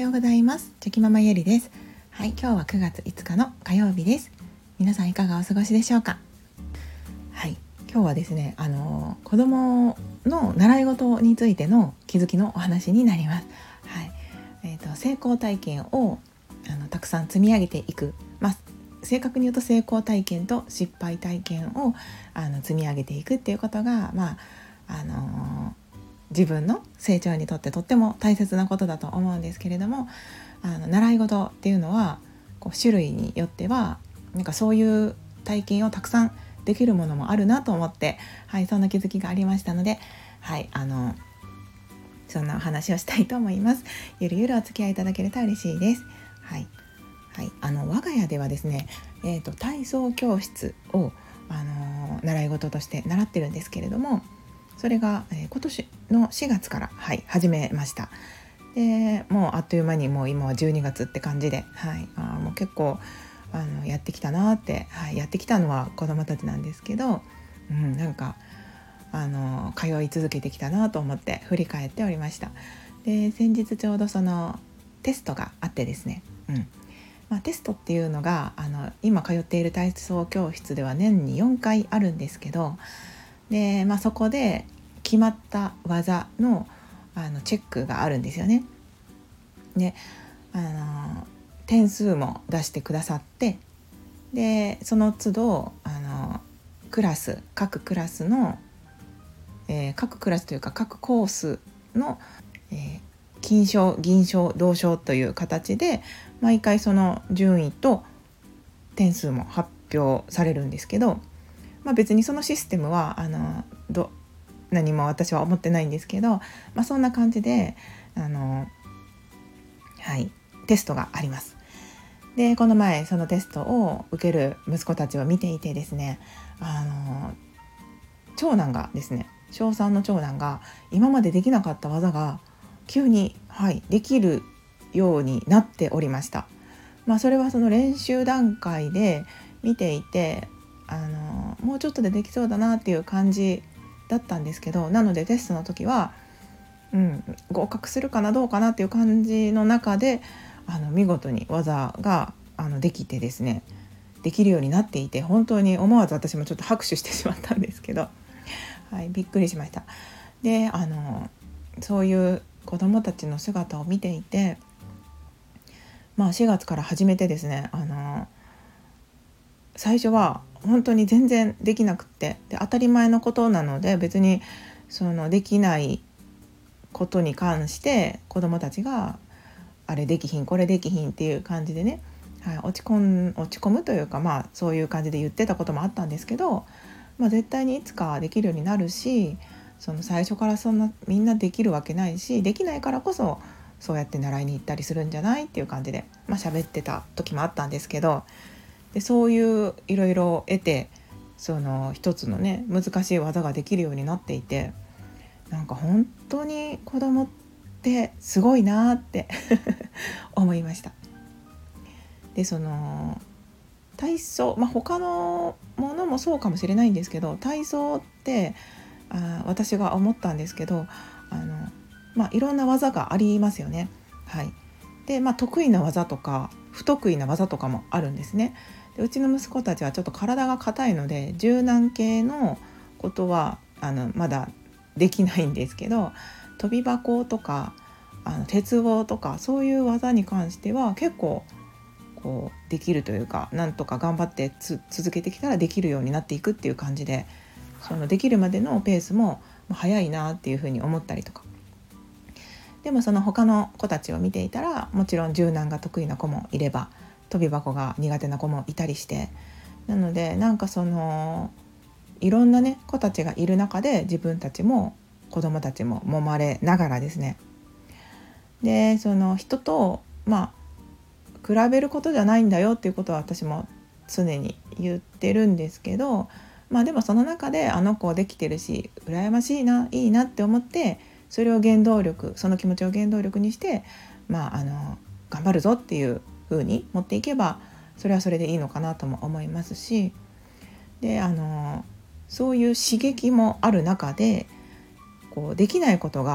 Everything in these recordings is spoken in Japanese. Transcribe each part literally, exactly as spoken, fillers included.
ようございます。チョキママゆりです。はい、今日はくがついつかの火曜日です。皆さんいかがお過ごしでしょうか。はい、今日はですね、あの子供の習い事についての気づきのお話になります。はい、えーと、成功体験をあのたくさん積み上げていく、まあ、正確に言うと成功体験と失敗体験をあの積み上げていくっていうことが、まああのー自分の成長にとってとっても大切なことだと思うんですけれども、あの習い事っていうのはこう種類によってはなんかそういう体験をたくさんできるものもあるなと思って、はい、そんな気づきがありましたので、はい、あのそんなお話をしたいと思います。ゆるゆるお付き合いいただけると嬉しいです。はいはい、あの我が家ではですね、えーと、体操教室を、あの習い事として習ってるんですけれども、それが、えー、今年のしがつから、はい、始めました。でもうあっという間にもう今はじゅうにがつって感じで、はい、あもう結構あのやってきたなって、はい、やってきたのは子どもたちなんですけど、うん、なんかあの通い続けてきたなと思って振り返っておりました。で先日ちょうどそのテストがあってですね、うんまあ、テストっていうのがあの今通っている体操教室では年によんかいあるんですけど、で、まあ、そこで決まった技 の, あのチェックがあるんですよね。であの点数も出してくださって、でその都度あのクラス各クラスの、えー、各クラスというか各コースの、えー、金賞銀賞銅賞という形で毎回その順位と点数も発表されるんですけど、まあ、別にそのシステムはあのど何も私は思ってないんですけど、まあ、そんな感じであの、はい、テストがあります。でこの前そのテストを受ける息子たちを見ていてですね、あの長男がですね小さんの長男が今までできなかった技が急に、はい、できるようになっておりました。まあ、それはその練習段階で見ていてあのもうちょっとでできそうだなっていう感じだったんですけど、なのでテストの時は、うん、合格するかなどうかなっていう感じの中であの見事に技があのできてですね、できるようになっていて、本当に思わず私もちょっと拍手してしまったんですけど、はい、びっくりしました。であのそういう子どもたちの姿を見ていて、まあ、しがつから始めてですね、あの最初は本当に全然できなくって、で当たり前のことなので別にそのできないことに関して子どもたちがあれできひんこれできひんっていう感じでね、はい、落ち込ん落ち込むというか、まあそういう感じで言ってたこともあったんですけど、まあ、絶対にいつかできるようになるし、その最初からそんなみんなできるわけないし、できないからこそそうやって習いに行ったりするんじゃないっていう感じで、まあ、喋ってた時もあったんですけど、でそういういろいろ得てその一つのね難しい技ができるようになっていて、なんか本当に子供ってすごいなって思いました。でその体操、まあ、他のものもそうかもしれないんですけど、体操ってあ私が思ったんですけど、あの、まあ、いろんな技がありますよね。はい、で、まあ、得意な技とか不得意な技とかもあるんですね。でうちの息子たちはちょっと体が硬いので柔軟系のことはあのまだできないんですけど、跳び箱とかあの鉄棒とかそういう技に関しては結構こうできるというか、なんとか頑張ってつ続けてきたらできるようになっていくっていう感じで、そのできるまでのペースも早いなっていうふうに思ったりとか。でもその他の子たちを見ていたら、もちろん柔軟が得意な子もいれば跳び箱が苦手な子もいたりして、なのでなんかそのいろんなね子たちがいる中で自分たちも子供たちも揉まれながらですね、でその人とまあ比べることじゃないんだよっていうことは私も常に言ってるんですけど、まあでもその中であの子できてるし羨ましいないいなって思って、それを原動力その気持ちを原動力にしてまああの頑張るぞっていう風に持っていけば、それはそれでいいのかなとも思いますし、であのそういう刺激もある中でこうできないことが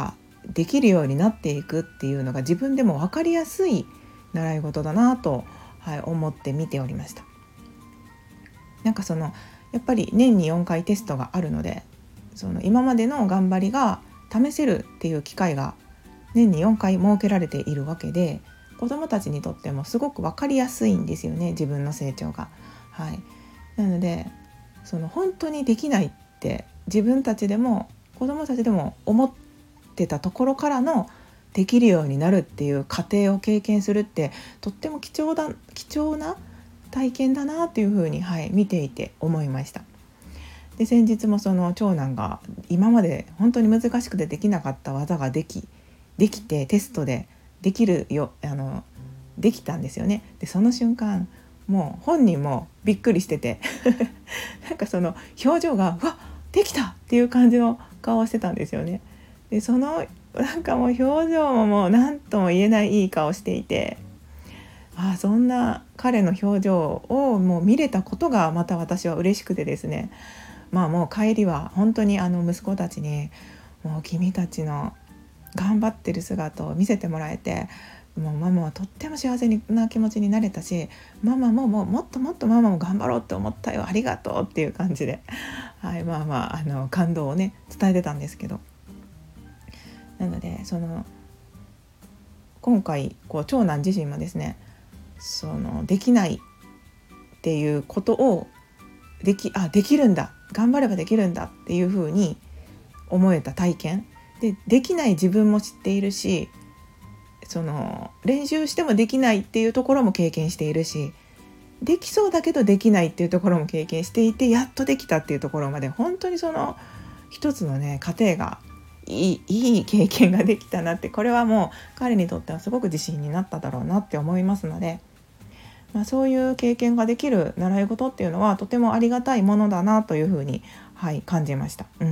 できるようになっていくっていうのが自分でも分かりやすい習い事だなと、はい、思って見ておりました。なんかそのやっぱり年によんかいテストがあるので、その今までの頑張りが試せるっていう機会が年によんかい設けられているわけで、子どもたちにとってもすごく分かりやすいんですよね、自分の成長が。はい、なのでその本当にできないって自分たちでも子どもたちでも思ってたところからのできるようになるっていう過程を経験するってとっても貴重だ貴重な体験だなっていうふうに、はい、見ていて思いました。で先日もその長男が今まで本当に難しくてできなかった技ができできてテストでできるよあのできたんですよね。でその瞬間もう本人もびっくりしててなんかその表情がうわできたっていう感じの顔をしてたんですよね。でそのなんかもう表情ももう何とも言えないいい顔していて、あそんな彼の表情をもう見れたことがまた私は嬉しくてですね、まあもう帰りは本当にあの息子たちにもう君たちの頑張ってる姿を見せてもらえて、もうママはとっても幸せな気持ちになれたし、ママももうもっともっとママも頑張ろうって思ったよ、ありがとうっていう感じで、はい、まあまあ、あの感動をね伝えてたんですけど、なのでその今回こう長男自身もですね、そのできないっていうことをできあできるんだ、頑張ればできるんだっていうふうに思えた体験で、できない自分も知っているし、その練習してもできないっていうところも経験しているし、できそうだけどできないっていうところも経験していて、やっとできたっていうところまで本当にその一つのね過程がいい、いい経験ができたなって、これはもう彼にとってはすごく自信になっただろうなって思いますので、まあ、そういう経験ができる習い事っていうのはとてもありがたいものだなというふうに、はい、感じました。うん、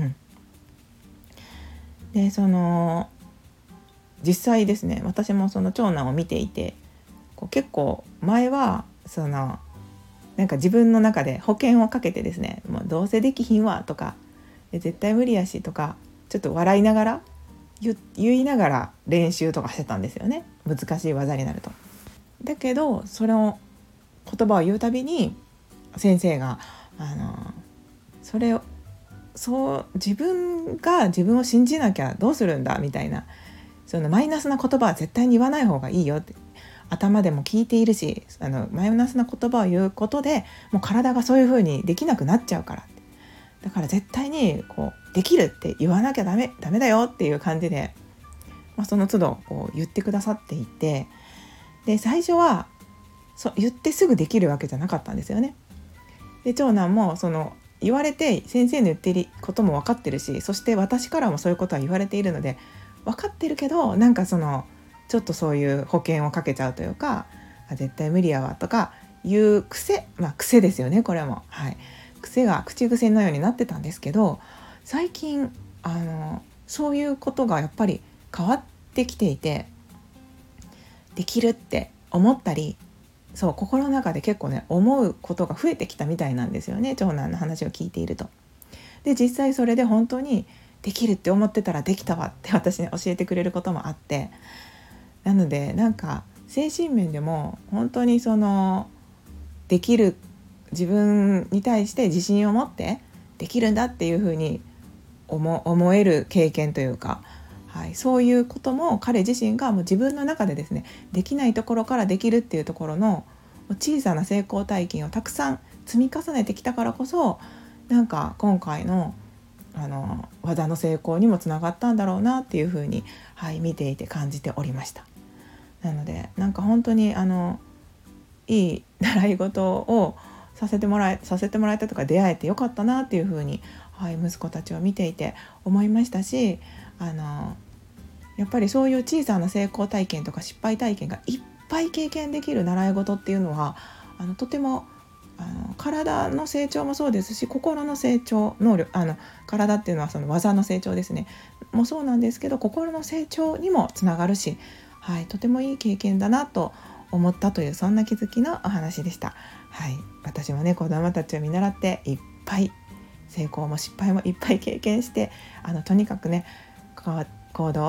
でその実際ですね、私もその長男を見ていて、こう結構前はそのなんか自分の中で保険をかけてですね、もうどうせできひんわとか絶対無理やしとかちょっと笑いながら 言, 言いながら練習とかしてたんですよね、難しい技になると。だけどその言葉を言うたびに先生があのそれをそう自分が自分を信じなきゃどうするんだみたいな、そのマイナスな言葉は絶対に言わない方がいいよって、頭でも聞いているし、あのマイナスな言葉を言うことでもう体がそういう風にできなくなっちゃうからって、だから絶対にこうできるって言わなきゃダメダメだよっていう感じで、まあ、その都度こう言ってくださっていて、で最初はそ言ってすぐできるわけじゃなかったんですよね。で長男もその言われて先生の言っていることも分かってるし、そして私からもそういうことは言われているので分かってるけど、なんかそのちょっとそういう保険をかけちゃうというか、絶対無理やわとかいう癖、まあ癖ですよねこれも、はい、癖が口癖のようになってたんですけど、最近あのそういうことがやっぱり変わってきていて、できるって思ったり、そう心の中で結構ね思うことが増えてきたみたいなんですよね、長男の話を聞いていると。で実際それで本当にできるって思ってたらできたわって私に教えてくれることもあって、なのでなんか精神面でも本当にそのできる自分に対して自信を持ってできるんだっていうふうに 思, 思える経験というか、はい、そういうことも彼自身がもう自分の中でですね、できないところからできるっていうところの小さな成功体験をたくさん積み重ねてきたからこそ、なんか今回のあの技の成功にもつながったんだろうなっていうふうに、はい、見ていて感じておりました。なのでなんか本当にあのいい習い事をさせてもらえさせてもらえたとか出会えてよかったなっていうふうに、はい、息子たちを見ていて思いましたし、あのやっぱりそういう小さな成功体験とか失敗体験がいっぱい経験できる習い事っていうのはあのとてもあの体の成長もそうですし、心の成長能力、あの体っていうのはその技の成長ですねもそうなんですけど、心の成長にもつながるし、はい、とてもいい経験だなと思ったという、そんな気づきのお話でした。はい、私もね子どもたちを見習っていっぱい成功も失敗もいっぱい経験して、あのとにかくね行動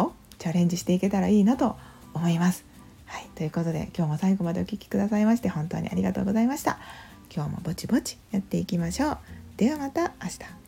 チャレンジしていけたらいいなと思います。はい、ということで今日も最後までお聞きくださいまして本当にありがとうございました。今日もぼちぼちやっていきましょう。ではまた明日。